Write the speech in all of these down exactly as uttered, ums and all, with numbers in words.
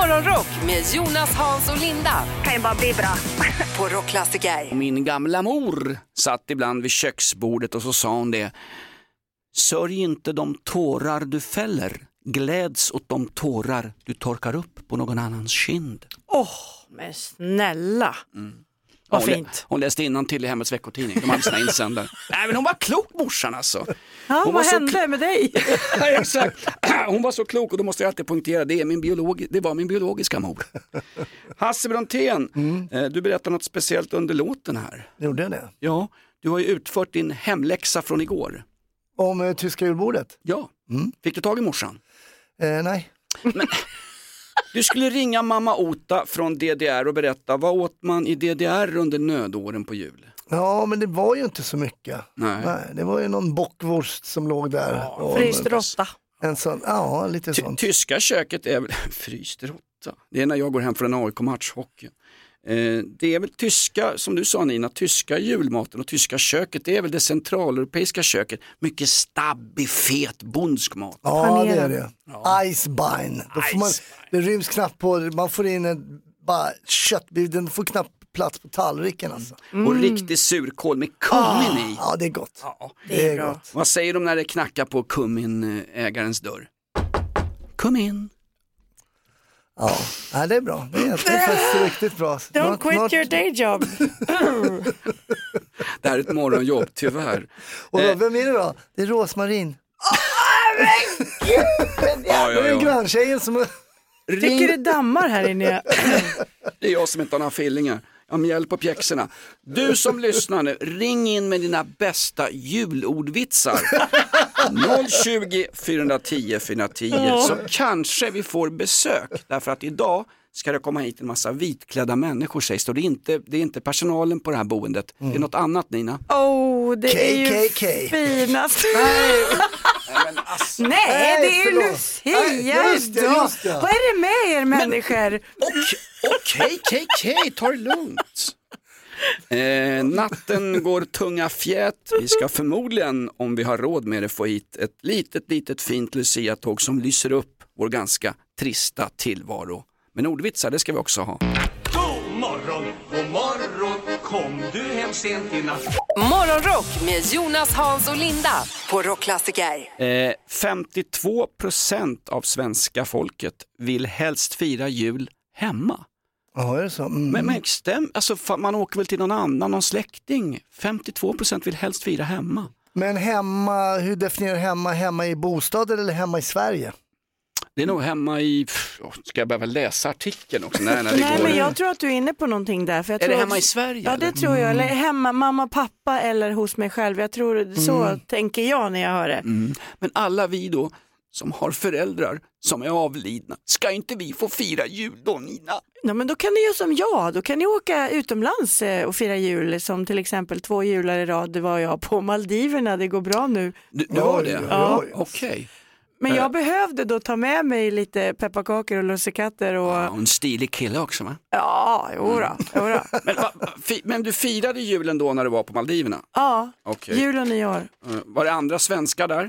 Morgonrock med Jonas, Hans och Linda. Kan ju bara bli bra. På Rockklassiker. Min gamla mor satt ibland vid köksbordet och så sa hon det: sörj inte de tårar du fäller, gläds åt de tårar du torkar upp på någon annans kind. Åh, oh, men snälla. Mm. Vad hon, fint. lä- hon läste innan till i Hemmets veckotidning. De hade sina insändare. Nej, men hon var klok, morsan alltså. Ja, hon vad var hände kl- med dig? Ja, exakt. Hon var så klok, och då måste jag alltid poängtera, det, är min biolog- det var min biologiska mor. Hasse Brontén, mm. du berättar något speciellt under låten här. Gjorde jag det? Ja, du har ju utfört din hemläxa från igår. Om eh, tyska julbordet? Ja, Mm. fick du tag i morsan? Eh, nej. Men, du skulle ringa mamma Ota från D D R och berätta, vad åt man i D D R under nödåren på jul? Ja, men det var ju inte så mycket. Nej. Nej, det var ju någon bockwurst som låg där. Ja, och Fryst råtta. En sån, ja, lite Ty- sånt. tyska köket är väl fryst råtta. Det är när jag går hem från en A I K-match hockey. Eh, det är väl tyska, som du sa Nina, tyska julmaten och tyska köket, det är väl det centraleuropeiska köket. Mycket stabbig, fet, bondsk mat. Ja, det är det. Ja. Icebein. Då får man, Icebein. det ryms knappt på, man får in en bara köttbit, den får knappt plats på tallriken alltså. Mm. Och riktig surkål med kummin i. Ja, det är gott. Ja. Det är gott. Vad säger de när det knackar på kumminägarens dörr? Kom in. Ja, ja, det är bra. Det är, det är faktiskt riktigt bra. Don't Något- quit något- your day job. Det här är ett morgonjobb, tyvärr. Och då, Eh. vem är det då? Det är Rosmarin. Ja, Det är ja, ja. granntjejen som... Tycker det dammar här inne. Det är jag som inte har några fillingar. Jag har hjälp på pjäxorna. Du som lyssnar nu, ring in med dina bästa julordvitsar. noll tjugo, fyrahundratio, fyrahundratio. Så kanske vi får besök. Därför att idag ska det komma hit en massa vitklädda människor, sägs det. Det är inte, det är inte personalen på det här boendet. Det är något annat, Nina. Oh, det är ju K K K. finast. Nej, men alltså. Nej, det är ju förlåt. Lucia Nej, just det, idag. just det. Vad är det med er människor? Okej, okej, okej, ta det lugnt. Eh, natten går tunga fjät. Vi ska förmodligen, om vi har råd med det, få hit ett litet, litet fint Lucia-tåg som lyser upp vår ganska trista tillvaro. Men ordvitsar, det ska vi också ha. God morgon, god morgon, kom du hem sent i natt? Morgonrock med Jonas, Hans och Linda. På Rockklassiker. Eh, femtiotvå procent av svenska folket vill helst fira jul hemma. Ja, är det så? Mm. Men, men stäm, alltså, fa- man åker väl till någon annan, någon släkting. femtiotvå procent vill helst fira hemma. Men hemma, hur definierar hemma? Hemma i bostaden eller hemma i Sverige? Det är nog hemma i... pff, ska jag behöva läsa artikeln också? Nej, nej, det Nej, går men inte. jag tror att du är inne på någonting där. För jag Är tror det hemma att- i Sverige? Ja, det eller? tror jag. Eller hemma, mamma, pappa eller hos mig själv. Jag tror så tänker jag när jag hör det. Mm. Men alla vi då som har föräldrar som är avlidna, ska inte vi få fira jul då, Nina? Ja, men då kan ni göra som jag. Då kan ni åka utomlands eh, och fira jul. Som till exempel två jular i rad. Det var jag på Maldiverna. Det går bra nu. Du, du var Oj, det? oj, Ja. oj. Okej. Men jag behövde då ta med mig lite pepparkakor och lussekatter och Ja, och en stilig kille också, va? ja, jodå, jodå. Men, va, fi, men du firade julen då när du var på Maldiverna? Ja, Okej. jul och nyår. Eh, Var det andra svenskar där?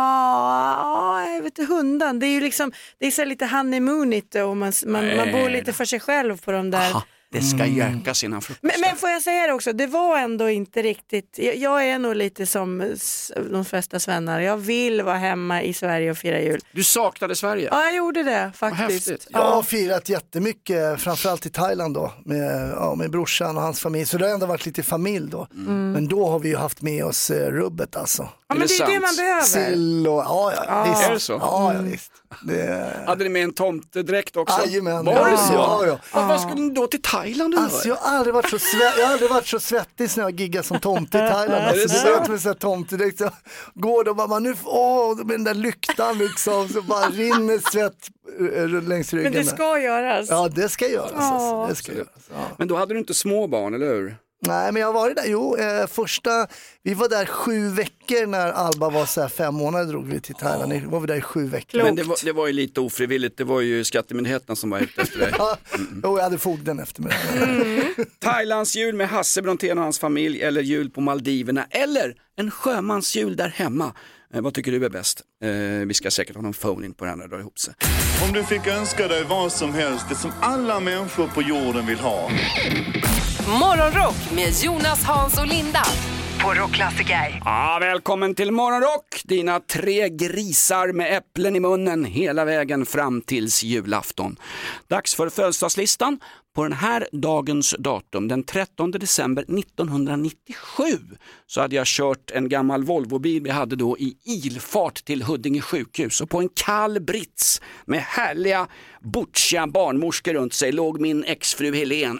Ja, jag vet inte, hundan. Det är ju liksom, det är så här lite honeymoonigt och man, man, man bor lite för sig själv på de där. Aha, det ska jäkas innan frukost. Men, men får jag säga det också, det var ändå inte riktigt, jag, jag är nog lite som s- de flesta svennar, jag vill vara hemma i Sverige och fira jul. Du saknade Sverige? Ja, jag gjorde det faktiskt. häftigt. Jag har firat jättemycket, framförallt i Thailand då, med, ja, med brorsan och hans familj. Så det har ändå varit lite familj då. Mm. Men då har vi ju haft med oss eh, rubbet alltså. Ja, men Är det det är det sant? man behöver. Sill och, ja, ja, visst. Är det så? Ja, ja visst. Det, Hade ni med en tomtedräkt också? Jajamän. Var Ja, det så? ja, ja. Vad, vad skulle ni då till Thailand och Alltså göra? jag har aldrig varit så, sve- jag har aldrig varit så svettig när jag giggar som tomte i Thailand. Är det Alltså, sant? du vet med sån här tomtedräkt så går det och bara, man, nu, åh, med den där lyktan liksom, så bara rinner svett eh, längs ryggen. Men det ska göras. Ja, det ska göras. Alltså. Det ska göras. Ja. Men då hade du inte små barn, eller hur? Nej, men jag har varit där, jo, eh, första, vi var där sju veckor när Alba var så här fem månader, drog vi till Thailand, oh. var vi där i sju veckor. Klokt. Men det var, det var ju lite ofrivilligt, det var ju skattemyndigheterna som var ute efter dig. Ja, jo, jag hade fogden efter mig. Thailands jul med Hasse Brontén och hans familj, eller jul på Maldiverna, eller en sjömansjul där hemma. Eh, vad tycker du är bäst? Eh, vi ska säkert ha någon phone in på den här drar ihop sig. Om du fick önska dig vad som helst, det som alla människor på jorden vill ha. Morgonrock med Jonas, Hans och Linda på Rockklassiker. Ja, välkommen till Morgonrock, dina tre grisar med äpplen i munnen hela vägen fram tills julafton. Dags för födelsedagslistan. På den här dagens datum, den trettonde december nittonhundranittiosju, så hade jag kört en gammal Volvobil vi hade då i ilfart till Huddinge sjukhus. Och på en kall brits med härliga butchiga barnmorskor runt sig låg min exfru Helen.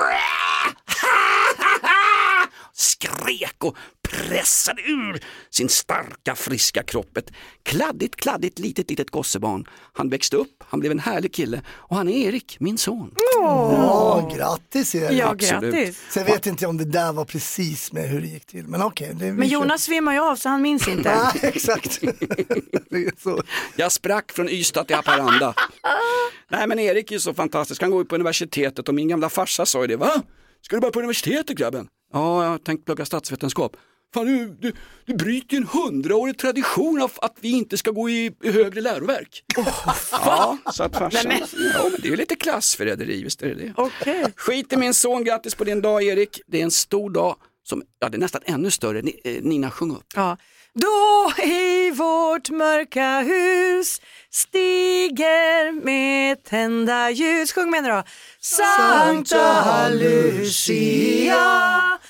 Skrek och pressade ur sin starka friska kropp. Ett kladdigt, kladdigt litet, litet gossebarn. Han växte upp, han blev en härlig kille och han är Erik, min son. Oh. Ja, grattis Erik. Ja, grattis. Så jag vet inte om det där var precis med hur det gick till. Men okej. Okay, men Jonas svimmar ju av så han minns inte. Nej, exakt. Det är så. Jag sprack från Ystad till Haparanda. Nej, men Erik är så fantastisk. Han går ju på universitetet och min gamla farsa sa ju det. Va? Ska du bara på universitetet, grabben? Ja, jag har tänkt plugga statsvetenskap. Fan, du, du, du bryter ju en hundraårig tradition av att vi inte ska gå i, i högre läroverk. Oh, ja, så att farsan... Nej, men... Ja, men det är ju lite klassförräderi, visst är det det. Okay. Skit i min son, grattis på din dag Erik. Det är en stor dag som, ja det är nästan ännu större. Nina, sjung upp. Ja. Då i vårt mörka hus stiger med tända ljus. Sjung med då. Sankta Lucia,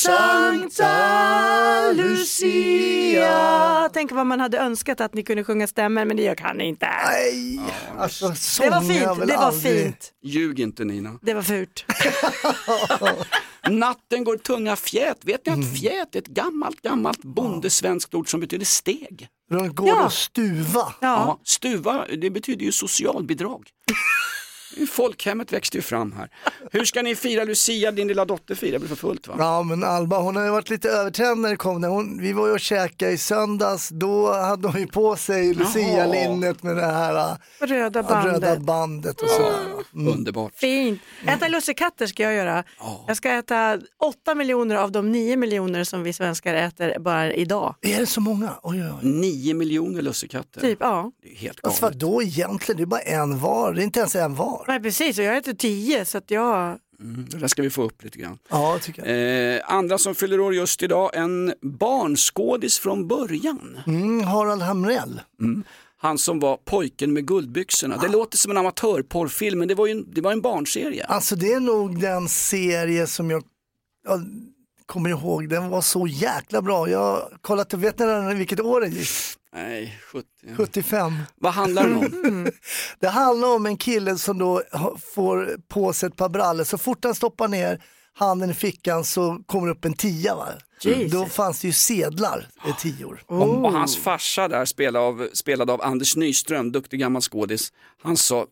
Sankta Lucia. Tänk vad man hade önskat att ni kunde sjunga stämmer, men det kan ni inte. Nej, alltså, det var fint, det var aldrig... fint. Ljug inte Nina. Det var fult. Natten går tunga fjät. Vet ni att fjät är ett gammalt, gammalt bondesvenskt ord som betyder steg? Den går ja. att stuva. Ja. ja, stuva, det betyder ju socialbidrag. Folkhemmet växte ju fram här. Hur ska ni fira Lucia, din lilla dotter fira? Det blir för fullt va? Ja, men Alba, hon har ju varit lite överträdd när det kom. När hon, vi var ju och käkade i söndags. Då hade hon ju på sig Lucia-linnet med det här röda bandet, röda bandet och sådär. Mm. Underbart. Fint. Äta lussekatter ska jag göra. Oh. Jag ska äta åtta miljoner av de nio miljoner som vi svenskar äter bara idag. Är det så många? Oj, oj, oj. Nio miljoner lussekatter. Typ, ja. Det är helt galet. Alltså vad då egentligen? Det är bara en var. Det är inte ens en var. Nej, precis. Och jag äter tio så att jag... Mm, det där ska vi få upp lite grann. Ja, tycker jag. Eh, andra som fyller år just idag, en barnskådis från början. Mm, Harald Hamrell. Mm. Han som var pojken med guldbyxorna. Det låter som en amatörporrfilm, men det var ju en, det var en barnserie. Alltså det är nog den serie som jag, jag kommer ihåg. Den var så jäkla bra. Jag kollat, vet ni vilket år det gick? Nej, sjuttio. sjuttiofem. Vad handlar det om? Mm. Det handlar om en kille som då får på sig ett par brallor. Så fort han stoppar ner handen i fickan så kommer det upp en tia, va? Mm. Då fanns det ju sedlar i tior. Oh. Och hans farsa där spelade av, spelade av Anders Nyström, duktig gammal skådis. Han sa,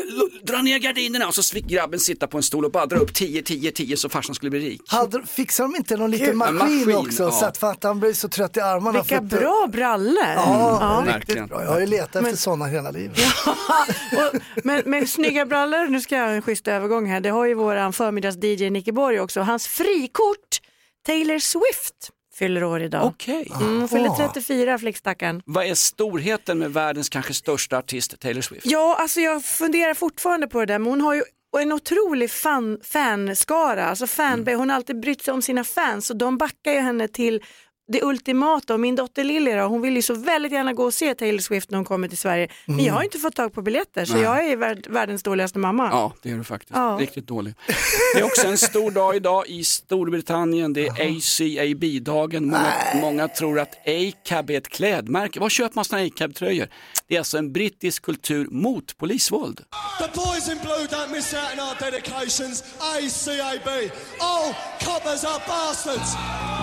dra ner gardinerna, och så fick grabben sitta på en stol och bara dra upp tio, tio, tio så farsan skulle bli rik. Hade, fixade de inte någon liten maskin, maskin också? Ja. Så att, för att han blev så trött i armarna. Vilka för bra brallor. Ja, ja. riktigt verkligen bra. Jag har ju letat men... efter sådana hela livet. Ja. och, men med snygga brallor, nu ska jag ha en schysst övergång här. Det har ju våran förmiddags-D J Nicke Borg också. Hans frikort, Taylor Swift, fyller år idag. Okej. Okay. Mm, fyller trettiofyra, flickstacken. Vad är storheten med världens kanske största artist, Taylor Swift? Ja, alltså jag funderar fortfarande på det där, men hon har ju en otrolig fan, fanskara, alltså fanbase. Mm. Hon har alltid brytt sig om sina fans och de backar ju henne till det ultimata. Och min dotter Lilly då, hon vill ju så väldigt gärna gå och se Taylor Swift när hon kommer till Sverige. Mm. Men jag har inte fått tag på biljetter, så Nej. jag är värld, världens dåligaste mamma. Ja, det är du faktiskt. Ja. Riktigt dålig. Det är också en stor dag idag i Storbritannien. Det är A C A B-dagen. Många, många tror att A C A B är ett klädmärke. Var köper man såna A C A B-tröjor? Det är alltså en brittisk kultur mot polisvåld. The boys in blue don't miss out on our dedications. A C A B. All coppers are bastards.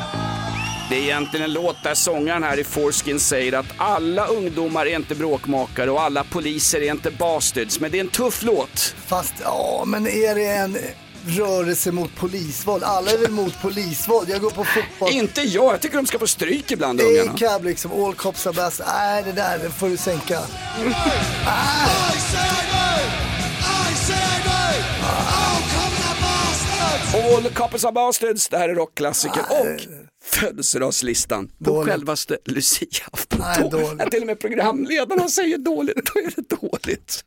Det är egentligen en låt där sångaren här i Foreskin säger att alla ungdomar är inte bråkmakare och alla poliser är inte bastards. Men det är en tuff låt. Fast, ja, men är det en rörelse mot polisvåld? Alla är väl mot polisvåld? Jag går på fotboll. Inte jag, jag tycker de ska få stryk ibland, ungarna. Det är liksom, all cops are best. Nej, det där, det får du sänka. ah. All cops are bastards, det här är rockklassiker. Och födelsedagslistan på Dåligt. självaste Lucia. Nej, dåligt. När till och med programledarna säger dåligt, då är det dåligt.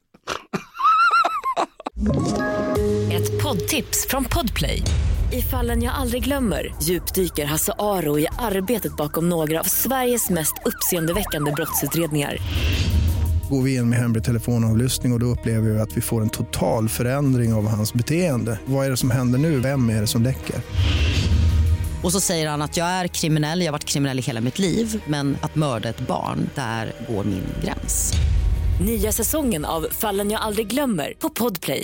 Ett poddtips från Podplay. I Fallen jag aldrig glömmer djupdyker Hasse Aro i arbetet bakom några av Sveriges mest uppseendeväckande brottsutredningar. Går vi in med hemlig telefonavlyssning och, och då upplever vi att vi får en total förändring av hans beteende. Vad är det som händer nu? Vem är det som läcker? Och så säger han att jag är kriminell, jag har varit kriminell i hela mitt liv. Men att mörda ett barn, där går min gräns. Nya säsongen av Fallen jag aldrig glömmer på Podplay.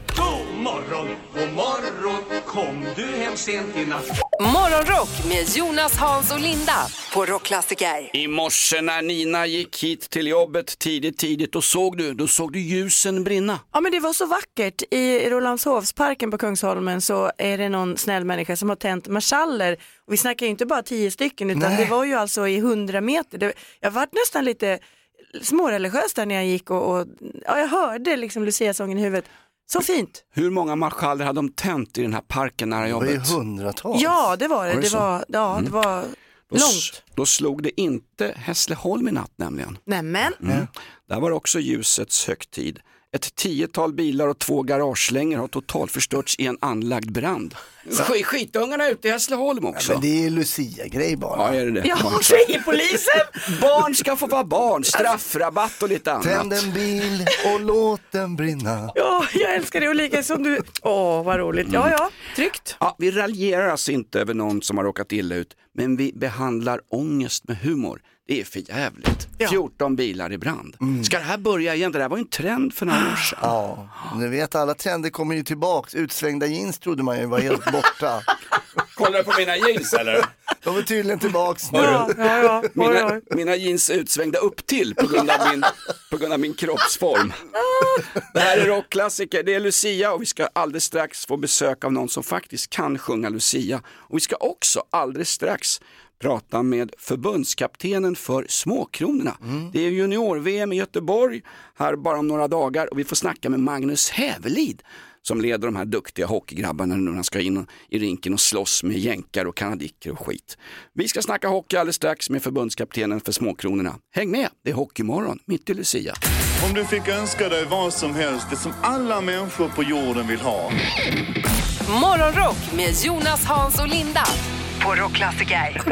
God morgon, god morgon, kom du hem sent i natt? Morgonrock med Jonas, Hans och Linda på Rockklassiker. I morse när Nina gick hit till jobbet tidigt, tidigt, då såg du, då såg du ljusen brinna. Ja, men det var så vackert. I Rålambshovsparken på Kungsholmen så är det någon snäll människa som har tänt marschaller. Och vi snackar ju inte bara tio stycken utan Nej. Det var ju alltså i hundra meter. Det, jag var nästan lite småreligiös där när jag gick och, och ja, jag hörde liksom Lucia-sången i huvudet. Så fint. Hur många marschaller hade de tänt i den här parken nära jobbet? Det var ju hundratals. Ja, det var det. Var det det var, ja, mm. det var då, långt. Då slog det inte Hässleholm i natt nämligen. Nämen. Mm. Där var också ljusets högtid. Ett tiotal bilar och två garagelängor har totalt förstörts i en anlagd brand. Sk- skitungarna ute i Hässleholm också. Ja, men det är Lucia-grej bara. Ja, är det det? Ja, säger polisen. Barn ska få vara barn, straffrabatt och lite annat. Tänd en bil och låt den brinna. Ja, jag älskar det och lika som du. Åh, vad roligt. Ja, ja, tryggt. Ja, vi raljerar alltså inte över någon som har råkat illa ut, men vi behandlar ångest med humor. Det är för jävligt. Ja. fjorton bilar i brand. Mm. Ska det här börja igen? Det där var ju en trend för några år sedan. Ja, nu vet alla trender kommer ju tillbaks. Utsvängda jeans trodde man ju var helt borta. Kollar du på mina jeans eller? De är tydligen tillbaks nu. Ja, ja, ja. Mina, mina jeans är utsvängda upp till på grund av min, på grund av min kroppsform. Det här är rockklassiker. Det är Lucia och vi ska alldeles strax få besök av någon som faktiskt kan sjunga Lucia. Och vi ska också alldeles strax prata med förbundskaptenen för Småkronorna. Mm. Det är junior-V M i Göteborg här bara om några dagar och vi får snacka med Magnus Hävelid som leder de här duktiga hockeygrabbarna när de ska in i rinken och slåss med jänkar och kanadiker och skit. Vi ska snacka hockey alldeles strax med förbundskaptenen för Småkronorna. Häng med, det är Hockeymorgon mitt i Lucia. Om du fick önska dig vad som helst, det som alla människor på jorden vill ha. Morgonrock med Jonas, Hans och Linda på Rockklassiker.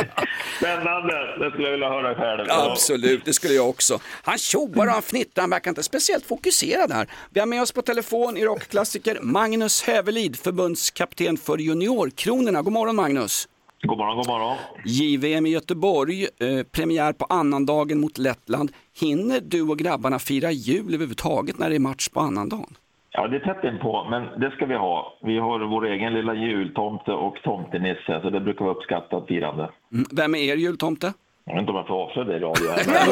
Spännande, det skulle jag vilja höra själv. Absolut, det skulle jag också. Han tjoar och han fnittrar, han verkar inte speciellt fokuserad här. Vi har med oss på telefon i Rockklassiker Magnus Hävelid, förbundskapten för juniorkronorna. God morgon Magnus. God morgon, god morgon. J V M i Göteborg, eh, premiär på annandagen mot Lettland. Hinner du och grabbarna fira jul överhuvudtaget när det är match på annandagen? Ja, det är tätt in på, men det ska vi ha. Vi har vår egen lilla jultomte och tomtenisse, så det brukar vara uppskattat firande. Mm. Vem är er jultomte? Jag vet inte om jag får avslöja det i radio.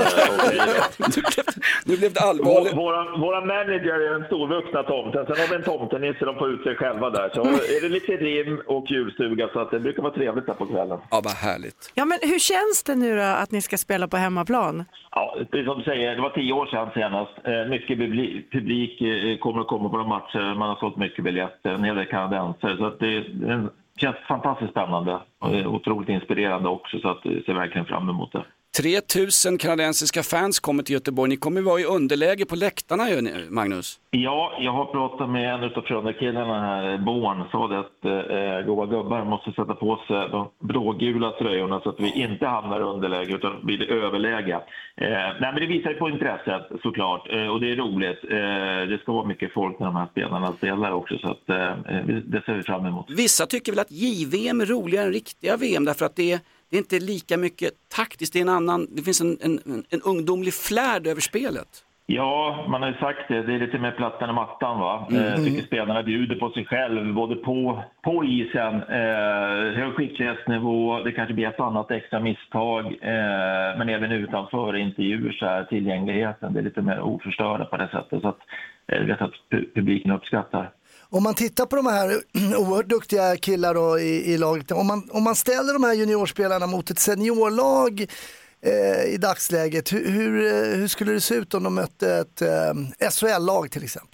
Nu blev det allvarligt. Våra, våra manager är den storvuxna tomten. Sen har vi en tomtenisse, de får ut sig själva där. Så är det lite rim och julstuga, så att det brukar vara trevligt där på kvällen. Ja, vad härligt. Ja, men hur känns det nu då att ni ska spela på hemmaplan? Ja, det är som du säger, det var tio år sedan senast. Mycket publik kommer att komma på de matcher. Man har sålt mycket biljetter, en hel del kanadensare. Så att det är en känns fantastiskt spännande och otroligt inspirerande också, så att jag ser verkligen fram emot det. tre tusen kanadensiska fans kommer till Göteborg. Ni kommer vara i underläge på läktarna, Magnus. Ja, jag har pratat med en av Frölunda-killarna här, Born, sa det att eh, goa gubbar måste sätta på sig de blågula tröjorna så att vi inte hamnar i underläge utan blir överläge. Eh, nej, men det visar ju på intresset såklart, eh, och det är roligt. Eh, det ska vara mycket folk när de här spelarna spelar också, så att, eh, det ser vi fram emot. Vissa tycker väl att J V M är roligare än riktiga V M därför att det är Det är inte lika mycket taktiskt, det är en annan, det finns en, en, en ungdomlig flärd över spelet. Ja, man har ju sagt det, det är lite mer plattan i mattan va. Mm. Jag tycker spelarna bjuder på sig själv, både på, på isen, eh, hög skicklighetsnivå, det kanske blir ett annat extra misstag, eh, men även utanför intervjuer så här, tillgängligheten, det är lite mer oförstörda på det sättet, så att jag vet att publiken uppskattar. Om man tittar på de här oerhört duktiga killar då i, i laget, om man, om man ställer de här juniorspelarna mot ett seniorlag eh, i dagsläget, hur, hur, hur skulle det se ut om de mötte ett eh, S H L-lag till exempel?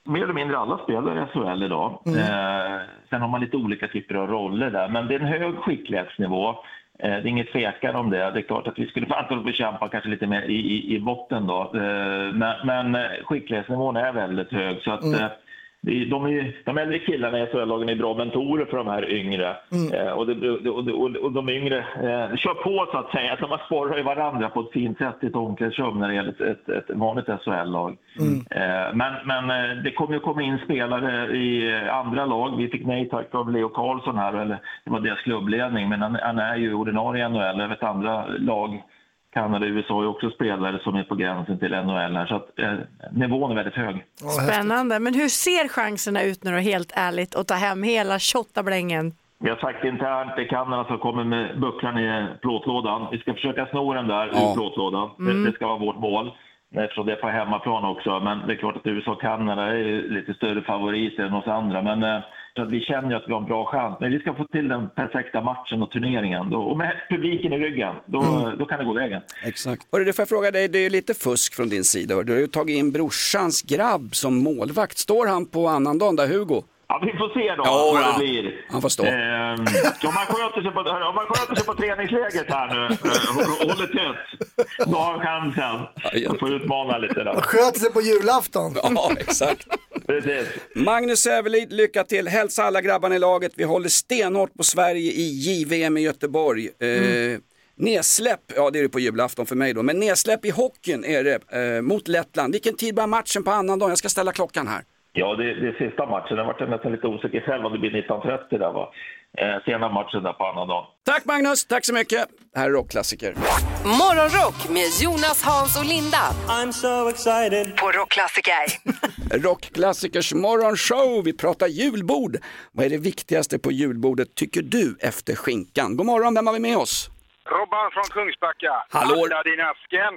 mer eller mindre alla spelar i S H L idag. Mm. Eh, sen har man lite olika typer av roller där. Men det är en hög skicklighetsnivå. Eh, det är inget tvekan om det. Det är klart att vi skulle få antagligen bekämpa kanske lite mer i, i, i botten då. Eh, men, men skicklighetsnivån är väldigt hög. Så att... Mm. Eh, De, är, de äldre killarna i S H L-lagen är bra mentorer för de här yngre. Mm. Eh, och, det, och, och, och de yngre eh, kör på så att säga. Att de sporrar i varandra på ett fint sätt i ett omklädningsrum när det gäller ett, ett, ett vanligt S H L-lag. Mm. Eh, men men eh, det kommer ju komma in spelare i andra lag. Vi fick nej tack av Leo Karlsson här. Eller, det var deras klubbledning. Men han, han är ju ordinarie i N H L. Jag vet andra lag. Kanada och U S A är också spelare som är på gränsen till N H L här, så att eh, nivån är väldigt hög. Spännande, men hur ser chanserna ut när du helt ärligt att ta hem hela tjottablängen? Vi har sagt internt i Kanada så kommer med bucklan i plåtlådan. Vi ska försöka sno den där ja. ur plåtlådan. Mm. Det, det ska vara vårt mål. Eftersom det är på hemmaplan också. Men det är klart att U S A och Kanada är lite större favoriter än oss andra. Men eh, så att vi känner ju att vi har en bra chans. Men vi ska få till den perfekta matchen och turneringen. Då, och med publiken i ryggen, då, mm. då kan det gå vägen. Exakt. Och det får jag fråga dig, det är lite fusk från din sida. Du har ju tagit in brorsans grabb som målvakt. Står han på annandagen där, Hugo? Ja, vi får se då ja, vad ja. det blir. Han får stå. Ehm, om man sköter sig på, om man sköter sig på träningsläget här nu och håller tätt, då har han chansen att få utmana lite där. Och sköter sig på julafton. Ja, exakt. Precis. Magnus Sävelid, lycka till. Hälsa alla grabbarna i laget. Vi håller stenhårt på Sverige i J V M i Göteborg. Mm. Eh, Nedsläpp, ja det är det på julafton för mig då. Men nedsläpp i hockeyn är det eh, mot Lettland. Vilken tid börjar matchen på annan dag? Jag ska ställa klockan här. Ja, det, det är sista matchen. Jag var nästan lite osäker själv om det blir nitton trettio där va. Eh, sena matchen där på annan dag. Tack Magnus, tack så mycket. Här är rockklassiker. Morgonrock med Jonas, Hans och Linda. I'm so excited. På rockklassiker. Rockklassikers morgonshow. Vi pratar julbord. Vad är det viktigaste på julbordet tycker du efter skinkan? God morgon, vem har vi med oss? Robban från Kungsbacka. Hallå. Aladdin-asken.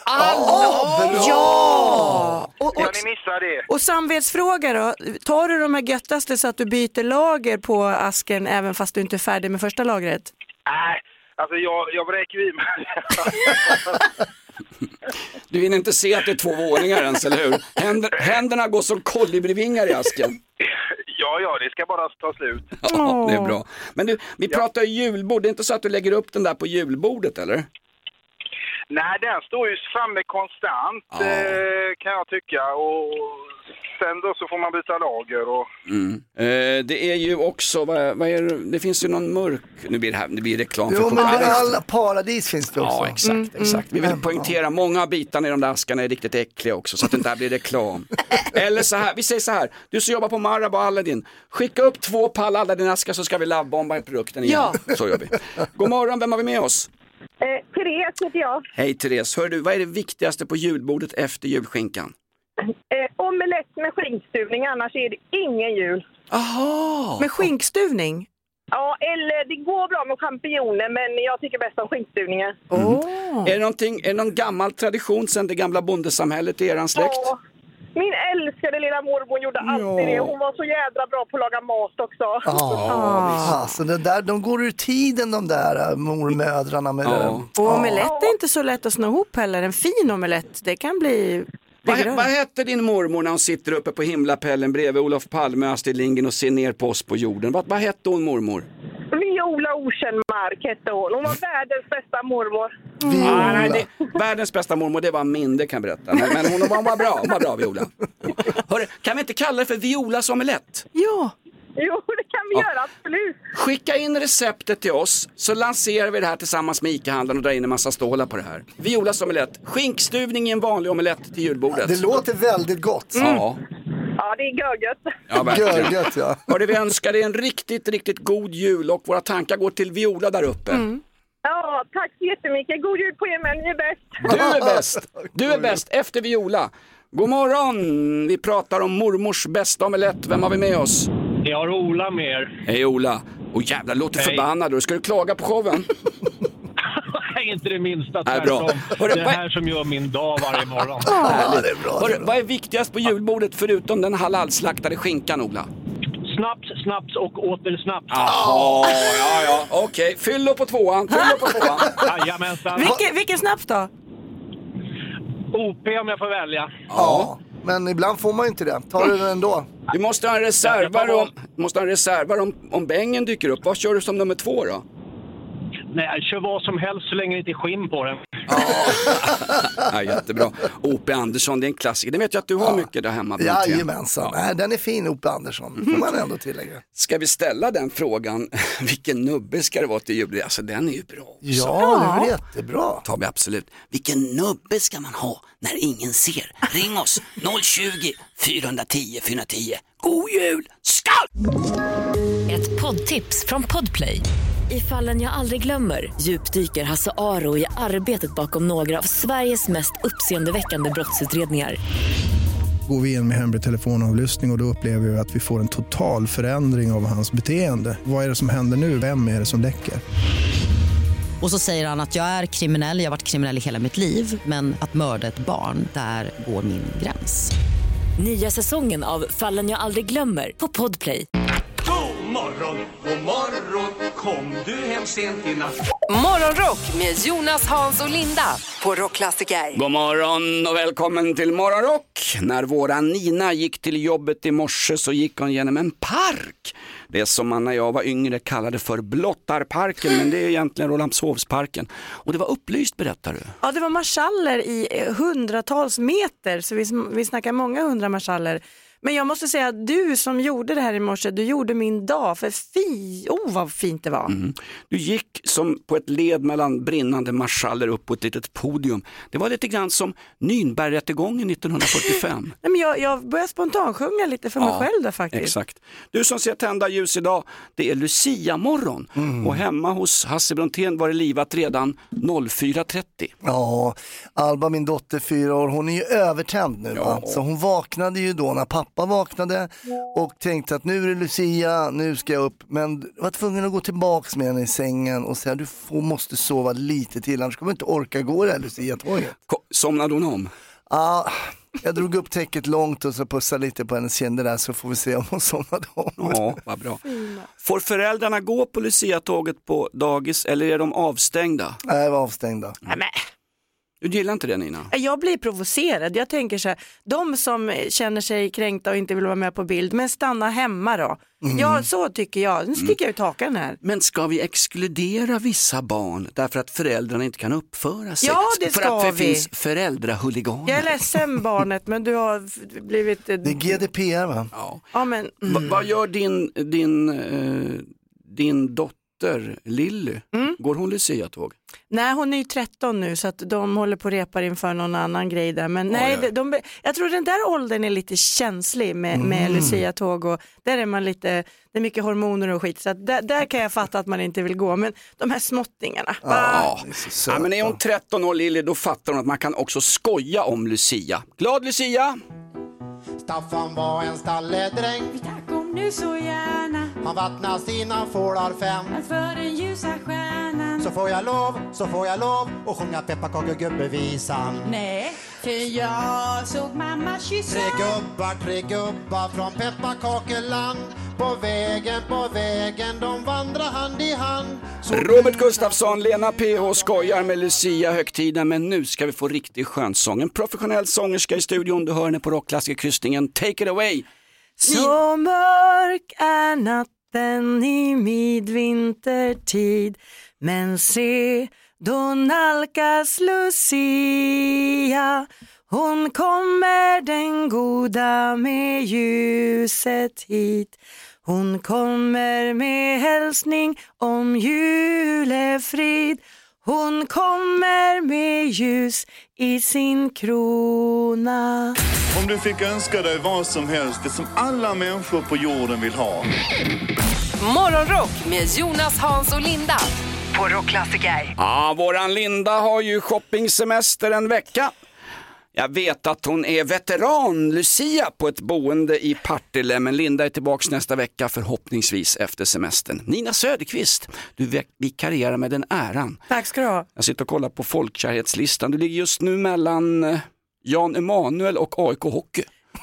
Oh, ja! Och, och, kan ni missa det? Och samvetsfråga då, tar du de här göttaste så att du byter lager på asken även fast du inte är färdig med första lagret? Nej, alltså jag, jag bräker vid mig. Du vill inte se att det är två våningar ens, eller hur? Händer, händerna går som kolibrivingar i asken. Ja, ja, det ska bara ta slut. Ja, det är bra. Men du, vi pratar ju julbord, det är inte så att du lägger upp den där på julbordet, eller? Nej, den står ju framme konstant ja. eh, kan jag tycka och sen då så får man byta lager och... Mm. Eh, det är ju också, vad, vad är det? Det finns ju någon mörk, nu blir det här, det blir reklam för jo, men alla paradis finns det också. Ja, exakt, mm, exakt. Vi vill mm, poängtera, många av bitarna i de där askarna är riktigt äckliga också så att det inte här blir reklam. Eller så här, vi säger så här, du som jobbar på Marabou Aladdin, skicka upp två pall Aladdin-askar så ska vi lavbomba i produkten igen. Ja. Så gör vi. God morgon, vem har vi med oss? Eh, Therese heter jag. Hej Therese, hör du, vad är det viktigaste på julbordet efter julskinkan? Eh, omelett med skinkstuvning, annars är det ingen jul. Aha. Med skinkstuvning? Ja, eller det går bra med champinjoner, men jag tycker bäst om skinkstuvningar. Mm. Oh. Är det någonting, är det någon gammal tradition sedan det gamla bondesamhället i eran släkt? Ja. Min älskade lilla mormor gjorde alltid ja. det. Hon var så jädra bra på att laga mat också. Ja, ah. alltså det där, de går ur tiden de där mormödrarna med ja. det. Och omelett är inte så lätt att snå ihop heller. En fin omelett, det kan bli... Vad, vad hette din mormor när hon sitter uppe på himlapellen bredvid Olof Palme och Astrid Lindgren och ser ner på oss på jorden? Vad, vad hette hon mormor? Viola Oceanmark hette hon. Hon var världens bästa mormor. Mm. Ah, nej, det, världens bästa mormor, det var min, det kan jag berätta. Men, men hon, hon var bra, hon var bra Viola. Hörru, kan vi inte kalla det för Violas omelett? Ja. Jo, det kan vi ja. göra, absolut. Skicka in receptet till oss så lanserar vi det här tillsammans med ICA-handlaren och drar in en massa stålar på det här. Violas omelett, skinkstuvning i en vanlig omelett till julbordet. Ja, det låter väldigt gott. Mm. Ja. Ja, det är görgött. Ja, görgött, ja. Hörde, vi önskar dig en riktigt, riktigt god jul och våra tankar går till Viola där uppe. Mm. Ja, tack så jättemycket. God jul på er, men ni är bäst. Du är bäst. Du är bäst efter Viola. God morgon. Vi pratar om mormors bästa omelett. Vem har vi med oss? Jag har Ola med er. Hej Ola. Och jävlar, låter hey. förbannad. Då ska du klaga på showen? Nej, inte det minsta. Nej, bra. Det är det här som gör min dag varje morgon. Ja, det är bra, Hörru, vad är viktigast på julbordet förutom den halalslaktade skinkan, Ola? Snaps, snaps och åter snaps. Jaha, ja, ja. Okej, okay. Fyllo på tvåan. Fyllo på tvåan. Jajamensan. Vilken, vilken snaps då? O P om jag får välja. Ja. Men ibland får man ju inte det. Ta det ändå. Du måste ha en reservare om, måste ha en reservare om, om bängen dyker upp. Vad kör du som nummer två då? Nej, jag kör vad som helst så länge det inte är skinn på den. Ja, jättebra. O P Andersson, det är en klassiker. Det vet jag att du har ja. mycket där hemma. Jajamensan. Ja. Nej, den är fin, O P Andersson. Får man ändå tillägga. Ska vi ställa den frågan? Vilken nubbe ska det vara till jul? Alltså, den är ju bra. Ja, det är jättebra. Tar vi absolut. Vilken nubbe ska man ha när ingen ser? Ring oss noll tjugo, fyra ett noll, fyra ett noll. God jul! Skål! Ett poddtips från Podplay. I Fallen jag aldrig glömmer djupdyker Hasse Aro i arbetet bakom några av Sveriges mest uppseendeväckande brottsutredningar. Går vi in med hemlig telefonavlyssning och då upplever vi att vi får en total förändring av hans beteende. Vad är det som händer nu? Vem är det som läcker? Och så säger han att jag är kriminell, jag har varit kriminell i hela mitt liv. Men att mörda ett barn, där går min gräns. Nya säsongen av Fallen jag aldrig glömmer på Podplay. God morgon, god morgon, kom du hem sent i natt? Morgonrock med Jonas, Hans och Linda på Rockklassiker. God morgon och välkommen till Morgonrock. När våra Nina gick till jobbet i morse så gick hon genom en park. Det som man när jag var yngre kallade för Blottarparken, men det är egentligen Rålambshovsparken. Och det var upplyst, berättar du. Ja, det var marschaller i hundratals meter, så vi, vi snackar många hundra marschaller. Men jag måste säga att du som gjorde det här i morse, du gjorde min dag, för fi, oh vad fint det var. Mm. Du gick som på ett led mellan brinnande marschaller upp på ett litet podium. Det var lite grann som Nürnbergrättegången nittonhundrafyrtiofem. Nej, men jag, jag började spontan sjunga lite för mig ja, själv där faktiskt. Exakt. Du som ser tända ljus idag, det är Lucia morgon. Mm. Och hemma hos Hasse Brontén var det livat redan fyra trettio. Ja, Alba, min dotter, fyra år, hon är ju övertänd nu. Ja. Va? Så hon vaknade ju då när pappa vaknade och tänkte att nu är det Lucia, nu ska jag upp. Men var tvungen att gå tillbaks med henne i sängen och säga du får, måste sova lite till, annars kommer du inte orka gå det här Lucia-tåget. Somnade hon om? Ja, jag drog upp täcket långt och så pussade lite på hennes kinder där, så får vi se om hon somnade om. Ja, vad bra. Får föräldrarna gå på Lucia-tåget på dagis eller är de avstängda? Nej, de var avstängda. Nej, men. Du gillar inte det, Nina? Jag blir provocerad. Jag tänker så här, de som känner sig kränkta och inte vill vara med på bild, men stanna hemma då. Mm. Ja, så tycker jag. Nu sticker jag ut hakan här. Men ska vi exkludera vissa barn därför att föräldrarna inte kan uppföra sig? Ja, det för ska att det vi. finns föräldrahuliganer. Jag är ledsen barnet, men du har blivit... Det är G D P R, va? Ja. Ja, men... Mm. Va, vad gör din, din, uh, din dotter Lilly? Mm. Går hon Lucia-tåg? Nej, hon är ju tretton nu, så att de håller på att repa inför någon annan grej där. Men nej, de, de, jag tror den där åldern är lite känslig med, mm. med Lucia-tåg, och där är man lite, det är mycket hormoner och skit, så att där, där kan jag fatta att man inte vill gå. Men de här småttingarna. Ja, ja, men är hon tretton år, Lilly, då fattar hon att man kan också skoja om Lucia. Glad Lucia! Staffan var en stalledräng. Tack om nu så gärna. Han vattnar sina fålar fem. För den ljusa stjärnan. Så får jag lov, så får jag lov och sjunga pepparkakegubbevisan. Nej, för jag såg mamma kyssa. Tre gubbar, tre gubbar från pepparkakeland. På vägen, på vägen, de vandrar hand i hand. Så Robert Gustafsson, Lena P H skojar med Lucia-högtiden, men nu ska vi få riktig skönsång. En professionell sångerska i studion, du hör henne på Rockklassikerkryssningen. Take it away! Så mörk är natten i midvintertid, men se, då nalkas Lucia. Hon kommer den goda med ljuset hit. Hon kommer med hälsning om julefrid. Hon kommer med ljus i sin krona. Om du fick önska dig vad som helst, det som alla människor på jorden vill ha. Morgonrock med Jonas, Hans och Linda på Rockklassiker. Ja, våran Linda har ju shoppingsemester en vecka. Jag vet att hon är veteran Lucia på ett boende i Partille, men Linda är tillbaka nästa vecka, förhoppningsvis efter semestern. Nina Söderqvist, du vikarierar med den äran. Tack ska du ha. Jag sitter och kollar på folkkärhetslistan. Du ligger just nu mellan Jan Emanuel och A I K Hockey.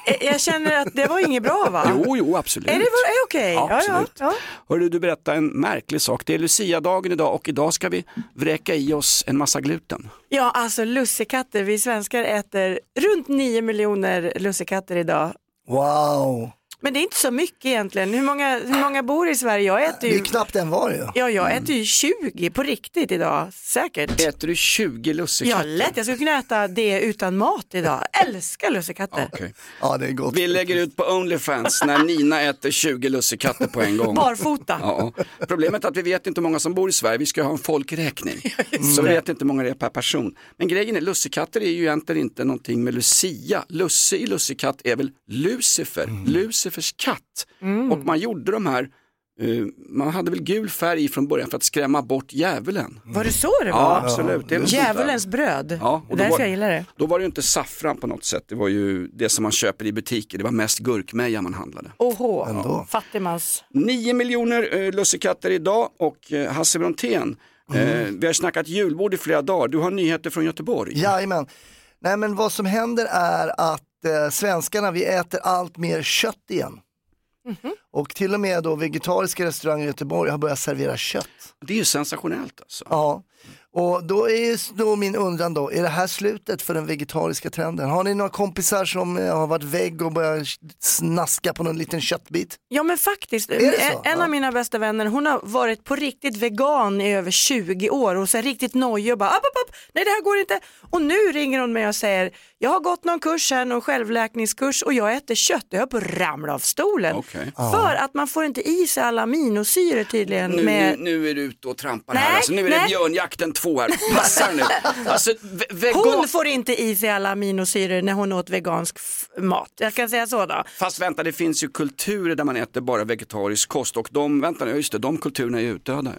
Jag känner att det var inget bra, va? Jo, jo, absolut. Är det är okej? Ja, absolut. Ja, ja, ja. Hörru, du berättar en märklig sak. Det är Lucia-dagen idag och idag ska vi vräka i oss en massa gluten. Ja, alltså lussekatter. Vi svenskar äter runt nio miljoner lussekatter idag. Wow. Men det är inte så mycket egentligen. Hur många, hur många bor i Sverige? Jag äter ju... Det är knappt en var ju. Ja, jag äter ju tjugo på riktigt idag. Säkert. Äter du tjugo lussekatter? Ja, lätt. Jag skulle kunna äta det utan mat idag. Älskar lussekatter. Okay. Ja, det är gott. Vi lägger ut på OnlyFans när Nina äter tjugo lussekatter på en gång. Barfota. Ja. Problemet är att vi vet inte hur många som bor i Sverige. Vi ska ha en folkräkning. Så vi vet inte hur många det är per person. Men grejen är, lussekatter är ju egentligen inte någonting med Lucia. Lusse i lussekatt är väl Lucifer. Mm. Lucifers katt. Mm. Och man gjorde de här, uh, man hade väl gul färg från början för att skrämma bort djävulen. Var det så det var? Ja, absolut. Det Djävulens bröd. Ja, och därför var, jag gillar det. Då var det ju inte saffran på något sätt. Det var ju det som man köper i butiker. Det var mest gurkmeja man handlade. Oho, ja. Fattigmans. Nio miljoner uh, lussekatter idag och uh, Hasse Brontén. Mm. Uh, vi har snackat julbord i flera dagar. Du har nyheter från Göteborg. Jajamän. Nej, men vad som händer är att eh, svenskarna, vi äter allt mer kött igen. Mm-hmm. Och till och med då vegetariska restauranger i Göteborg har börjat servera kött. Det är ju sensationellt alltså. Ja, och då är då min undran då, är det här slutet för den vegetariska trenden? Har ni några kompisar som har varit vägg och börjat snaska på någon liten köttbit? Ja, men faktiskt, en, en ja. av mina bästa vänner, hon har varit på riktigt vegan i över tjugo år och så är riktigt nojig och bara, app, app, app, nej det här går inte. Och nu ringer hon mig och säger, jag har gått någon kurs här, någon självläkningskurs och jag äter kött och jag är på ramla av stolen. Okay. För att man får inte i sig alla aminosyror tydligen. Nu, med... nu, nu är du ute och trampar nej, här. Alltså, nu är nej. det björnjakten två här. Passar nu. Alltså, vegan... Hon får inte i sig alla aminosyror när hon åt vegansk f- mat. Jag kan säga så då. Fast vänta, det finns ju kulturer där man äter bara vegetarisk kost och de, vänta nu, just det, de kulturerna är utdöda.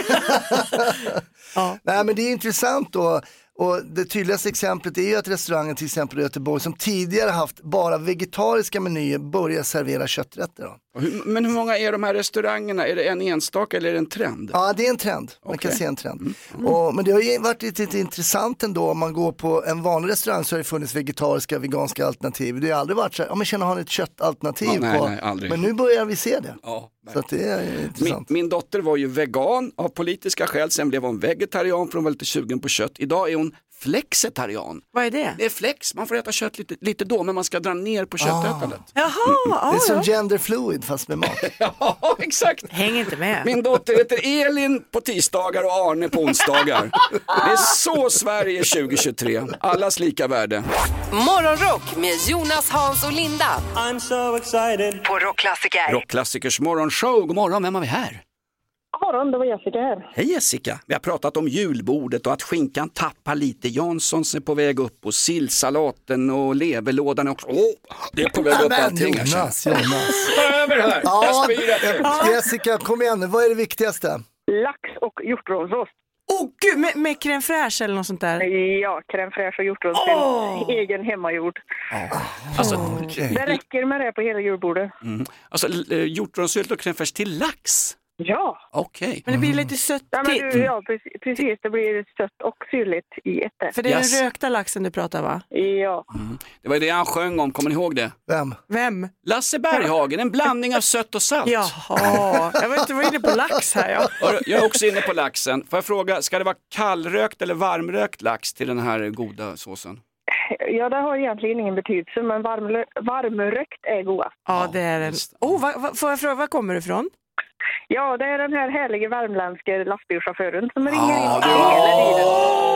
Ja. Nej, men det är intressant då. Och det tydligaste exemplet är ju att restaurangen till exempel i Göteborg som tidigare haft bara vegetariska menyer börjar servera kötträtter då. Hur, men hur många är de här restaurangerna? Är det en enstaka eller är det en trend? Ja, det är en trend. Man okay. kan se en trend. Mm. Mm. Och, men det har ju varit lite, lite intressant ändå. Om man går på en vanlig restaurang så har det funnits vegetariska, veganska alternativ. Det har aldrig varit så här, ja men känner han ett köttalternativ ja, nej, på. Nej, aldrig. Men nu börjar vi se det. Ja. Så att det är intressant. Min, min dotter var ju vegan av politiska skäl, sen blev hon vegetarian för hon var lite sugen på kött. Idag är hon flexitarian. Vad är det? Det är flex, man får äta kött lite, lite då, men man ska dra ner på köttätandet. Ah. Jaha, mm. Det är som gender fluid fast med mat. Ja, exakt. Häng inte med. Min dotter heter Elin på tisdagar och Arne på onsdagar. Det är så Sverige tjugo tjugotre. Allas lika värde. Morgonrock med Jonas, Hans och Linda. I'm so excited. På Rockklassiker. Rockklassikers morgonshow. God morgon, vem har vi här? God morgon, det var Jessica här. Hej Jessica. Vi har pratat om julbordet och att skinkan tappar lite. Janssons är på väg upp och sillsalaten och leverlådan också. Åh, det är på väg upp allting. Jonas, Jonas. Över här. Ja, Jessica, kom igen nu. Vad är det viktigaste? Lax och hjortronsås. Åh oh, gud, med, med crème fraîche eller något sånt där? Ja, crème fraîche och hjortronsås. Oh! Egen hemmagjord. Oh. Alltså, okay. Det räcker med det på hela julbordet. Mm. Alltså, hjortronsylt och crème fraîche till lax? Ja. Okej. Okay. Men det blir lite sött ja, men du, ja, precis. Det blir sött och syrligt i ett. För det är yes. den rökta laxen du pratar, va? Ja. Mm. Det var ju det han sjöng om, kommer ni ihåg det? Vem? Vem? Lasse Berghagen, en blandning av sött och salt. Jaha, jag var inte var inne på lax här. Ja. Jag är också inne på laxen. Får jag fråga, ska det vara kallrökt eller varmrökt lax till den här goda såsen? Ja, det har egentligen ingen betydelse, men varm, varmrökt är goda. Ja, det är den. Oh, va, va, får jag fråga, var kommer du ifrån? Ja, det är den här härliga värmländska lastbilschauffören som ringer ah, in hela tiden.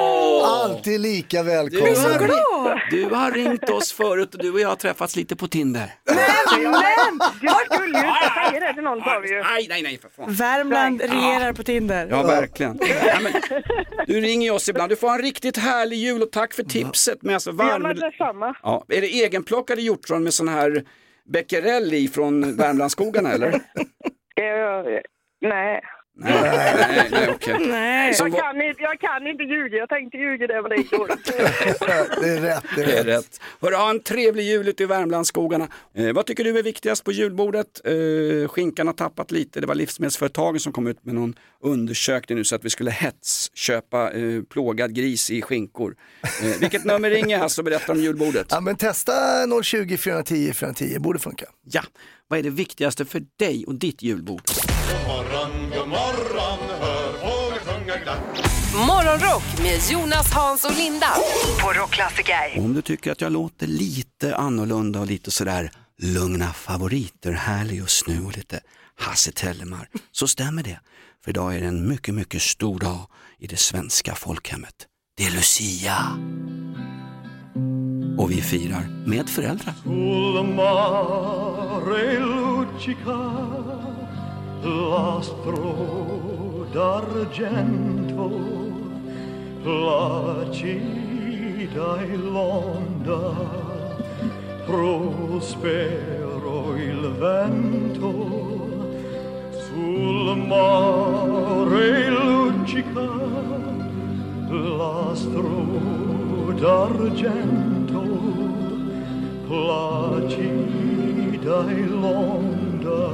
Alltid lika välkommen. Du har, du har ringt oss förut och du och jag har träffats lite på Tinder. Men, men! Jag skulle ju inte säga det till någon av er. Nej, nej, nej. För fan. Värmland regerar på Tinder. Ja, verkligen. Ja, men, du ringer oss ibland. Du får en riktigt härlig jul och tack för tipset. Med alltså varm... Ja, men det är samma. Ja, är det egenplockade hjortron med sån här becquerel i från Värmlandsskogarna, eller? Uh, nej. Nej, nej, nej, okej. Nej. Jag, kan inte, jag kan inte ljuga, jag tänkte ljuga det, men det är dåligt. Det är rätt, det är Det är rätt. rätt. Hörru, ha en trevlig jul ute i Värmlandsskogarna. Eh, vad tycker du är viktigast på julbordet? Eh, skinkan har tappat lite. Det var livsmedelsföretagen som kom ut med någon undersökning nu så att vi skulle hetsköpa eh, plågad gris i skinkor. Eh, vilket nummer ringer här så berättar om julbordet? Ja, men testa noll tjugo, fyra tio, fyra tio, borde funka. Ja, vad är det viktigaste för dig och ditt julbord? God morgon, god morgon, hör fåglar sjunga glatt. Morgonrock med Jonas, Hans och Linda på Rockklassiker. Om du tycker att jag låter lite annorlunda och lite sådär lugna favoriter här just nu och lite Hasse Tellemar, så stämmer det. För idag är det en mycket, mycket stor dag i det svenska folkhemmet. Det är Lucia. Och vi firar med föräldrar. Sul mare luccica l'astro d'argento placida e l'onda prospero il vento sul mare luccica l'astro d'argento placida e l'onda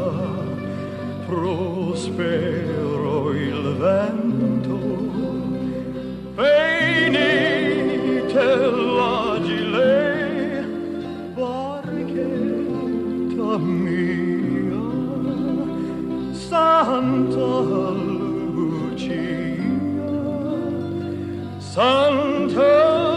prospero il vento venite l'agile barchetta mia Santa Lucia Santa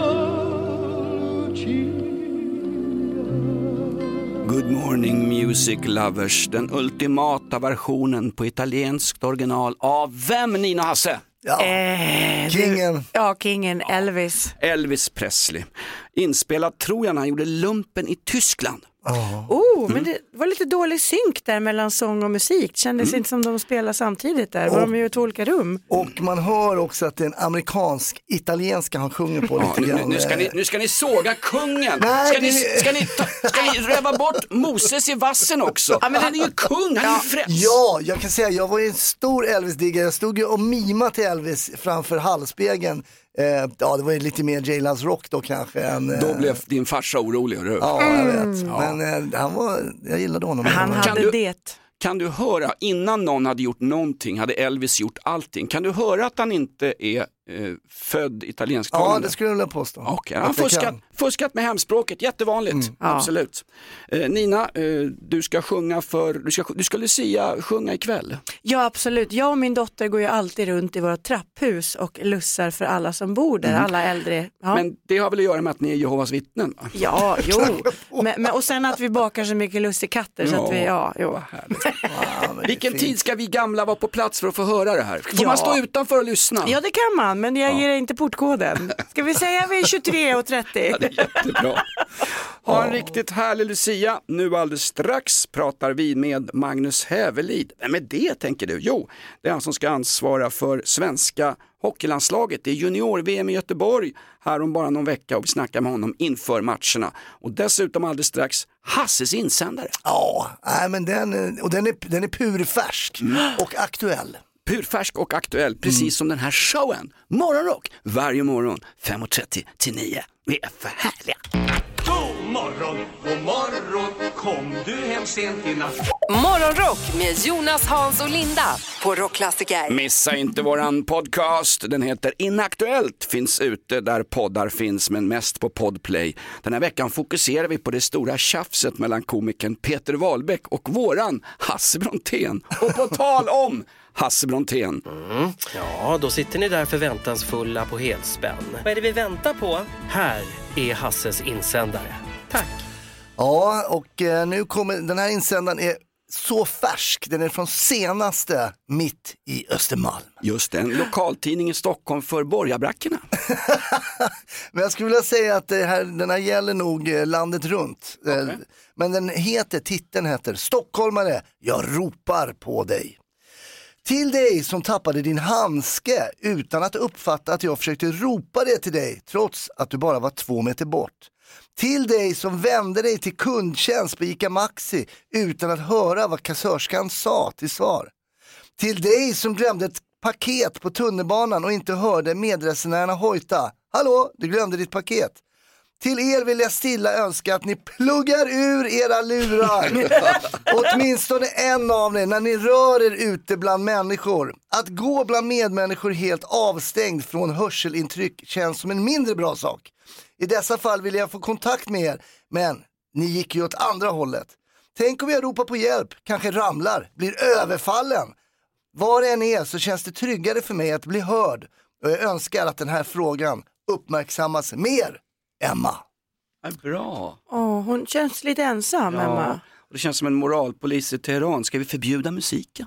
Good morning music lovers, den ultimata versionen på italienskt original av vem, Nina Hasse? Ja, Eh, Kingen. Du, ja, Kingen, Elvis. Elvis Presley. Inspelad tror jag när han gjorde lumpen i Tyskland. Oh. Oh, men det var lite dålig synk där mellan sång och musik. Kändes mm. inte som de spelar samtidigt där. Var och, de ju i två olika rum. Och man hör också att det är en amerikansk italienska han sjunger på ja, lite nu, grann. Nu ska, ni, nu ska ni såga kungen. Nej, ska, det... ni, ska, ni ta, ska ni röva bort Moses i vassen också? Ja, men han är ju kung, han är ju fräs. Ja, jag kan säga, jag var ju en stor Elvis-diggare. Jag stod ju och mimade till Elvis framför hallspegeln. Eh, ja, det var ju lite mer J-Lands rock då kanske. Än, eh... Då blev din farsa orolig, hörru. Ja, jag vet. Mm. Men eh, han var, jag gillade honom. Han hade kan du, det. Kan du höra, innan någon hade gjort någonting, hade Elvis gjort allting. Kan du höra att han inte är eh, född italiensktalande? Ja, det skulle jag vilja påstå. Okay. Han har fuskat, fuskat med hemspråket, jättevanligt. Mm. Absolut. Eh, Nina, eh, du ska sjunga för, du ska, du ska Lucia sjunga ikväll. Ja, absolut. Jag och min dotter går ju alltid runt i våra trapphus och lussar för alla som bor där, mm. alla äldre. Ja. Men det har väl att göra med att ni är Jehovas vittnen? Va? Ja, jo. men, men, och sen att vi bakar så mycket lussekatter så ja. att vi, ja, jo. Wow, vilken tid ska vi gamla vara på plats för att få höra det här? Får ja. man stå utanför och lyssna? Ja, det kan man, men jag ger ja. inte portkoden. Ska vi säga vi är tjugotre och trettio? Ja, det är jättebra. Ha en riktigt härlig Lucia. Nu alldeles strax pratar vi med Magnus Hävelid. Vem är det, tänker du? Jo, det är han som ska ansvara för svenska hockeylandslaget. Det är junior-V M i Göteborg här om bara någon vecka och vi snackar med honom inför matcherna. Och dessutom alldeles strax Hasses insändare. Ja, nej, men den, och den, är, den är purfärsk mm. och aktuell. Purfärsk och aktuell, precis mm. som den här showen. Morgonrock, varje morgon fem och trettio till nio. Vi är för härliga. God morgon, god morgon, kom du hem sent i natt. Morgonrock med Jonas, Hans och Linda på Rockklassiker. Missa inte våran podcast. Den heter Inaktuellt. Finns ute där poddar finns, men mest på Podplay. Den här veckan fokuserar vi på det stora tjafset mellan komikern Peter Wahlbeck och våran Hasse Brontén. Och på tal om Hasse Brontén. Mm. Ja, då sitter ni där förväntansfulla på helspänn. Vad är det vi väntar på? Här är Hasses insändare. Tack. Ja, och eh, nu kommer den här insändaren är så färsk. Den är från senaste mitt i Östermalm. Just det, en lokaltidning i Stockholm för borgarbrackorna. Men jag skulle vilja säga att det här, den här gäller nog landet runt. Okay. Men den heter, titeln heter Stockholmare, jag ropar på dig. Till dig som tappade din handske utan att uppfatta att jag försökte ropa det till dig trots att du bara var två meter bort. Till dig som vände dig till kundtjänst på Ica Maxi utan att höra vad kassörskan sa till svar. Till dig som glömde ett paket på tunnelbanan och inte hörde medresenärerna hojta. Hallå, du glömde ditt paket. Till er vill jag stilla önska att ni pluggar ur era lurar. Åtminstone en av er när ni rör er ute bland människor. Att gå bland medmänniskor helt avstängd från hörselintryck känns som en mindre bra sak. I dessa fall vill jag få kontakt med er, men ni gick ju åt andra hållet. Tänk om jag ropar på hjälp, kanske ramlar, blir överfallen. Var det än är så känns det tryggare för mig att bli hörd. Och jag önskar att den här frågan uppmärksammas mer. Emma. Ja, bra. Oh, hon känns lite ensam, ja. Emma. Och det känns som en moralpolis i Teheran. Ska vi förbjuda musiken?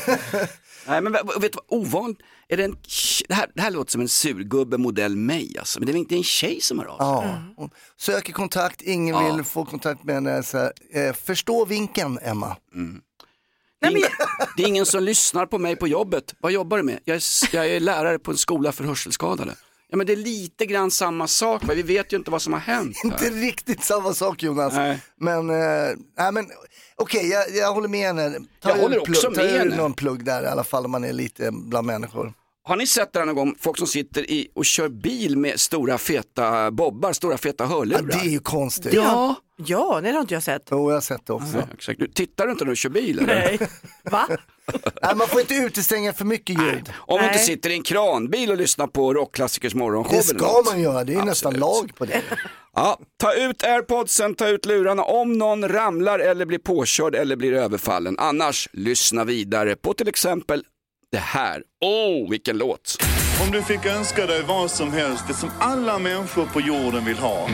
Nej, men vet du vad ovanligt? Är det, en, det, här, det här låter som en surgubbe modell mig, alltså. Men det är inte en tjej som har av sig. Ja, hon söker kontakt, ingen ja. vill få kontakt med henne. Så här, eh, förstå vinkeln, Emma. Mm. Det, är ingen, det är ingen som lyssnar på mig på jobbet. Vad jobbar du med? Jag är, jag är lärare på en skola för hörselskadade. Ja, men det är lite grann samma sak. Vi vet ju inte vad som har hänt. Inte riktigt samma sak, Jonas. Nej. Men, äh, nej, men okej, okay, jag, jag håller med henne. Ta jag håller plugg, också med ta henne. någon plugg där i alla fall om man är lite bland människor. Har ni sett det här någon gång? Folk som sitter i och kör bil med stora feta bobbar, stora feta hörlurar. Ja, det är ju konstigt. Ja, ja det har inte jag sett. Jo, jag har sett det också. Ja, exakt. Du, tittar du inte när du kör bil? Eller? Nej. Va? Nej, man får inte utestänga för mycket ljud. Nej. Om man inte sitter i en kranbil och lyssnar på rockklassikers morgonshow. Det ska man göra, det är Absolut. nästan lag på det. Ja, ta ut airpodsen, ta ut lurarna om någon ramlar eller blir påkörd eller blir överfallen. Annars lyssna vidare på till exempel det här. Åh, oh, vilken låt! Om du fick önska dig vad som helst, det som alla människor på jorden vill ha.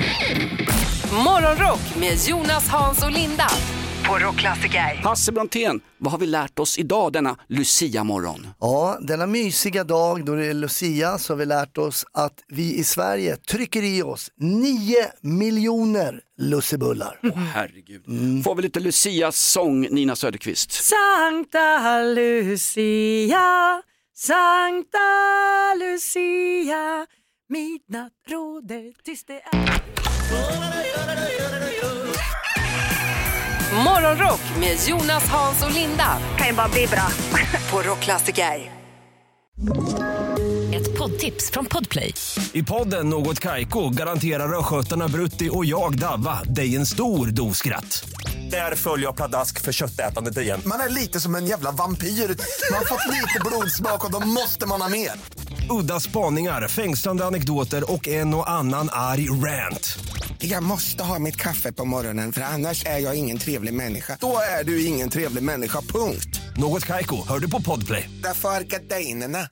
Morgonrock med Jonas, Hans och Linda på Rockklassiker. Hasse Brontén, vad har vi lärt oss idag denna Lucia-morgon? Ja, denna mysiga dag då det är Lucia så har vi lärt oss att vi i Sverige trycker i oss nio miljoner lussebullar. Åh, oh, herregud. Mm. Får vi lite Lucias sång, Nina Söderqvist? Sankta Lucia, Sankta Lucia, midnatt råder tyst det är. Morgonrock med Jonas, Hans och Linda. Kan ju bara bli bra. På Rockklassiker. Ett poddtips från Podplay. I podden Något Kaiko garanterar röskötarna Brutti och jag Davva dig en stor doskratt. Där följer jag pladask för köttätandet igen. Man är lite som en jävla vampyr. Man har fått lite blodsmak och då måste man ha mer. Udda spaningar, fängslande anekdoter och en och annan arg rant. Jag måste ha mitt kaffe på morgonen för annars är jag ingen trevlig människa. Då är du ingen trevlig människa, punkt. Något Kaiko, hör du på Podplay. Därför är gardinerna.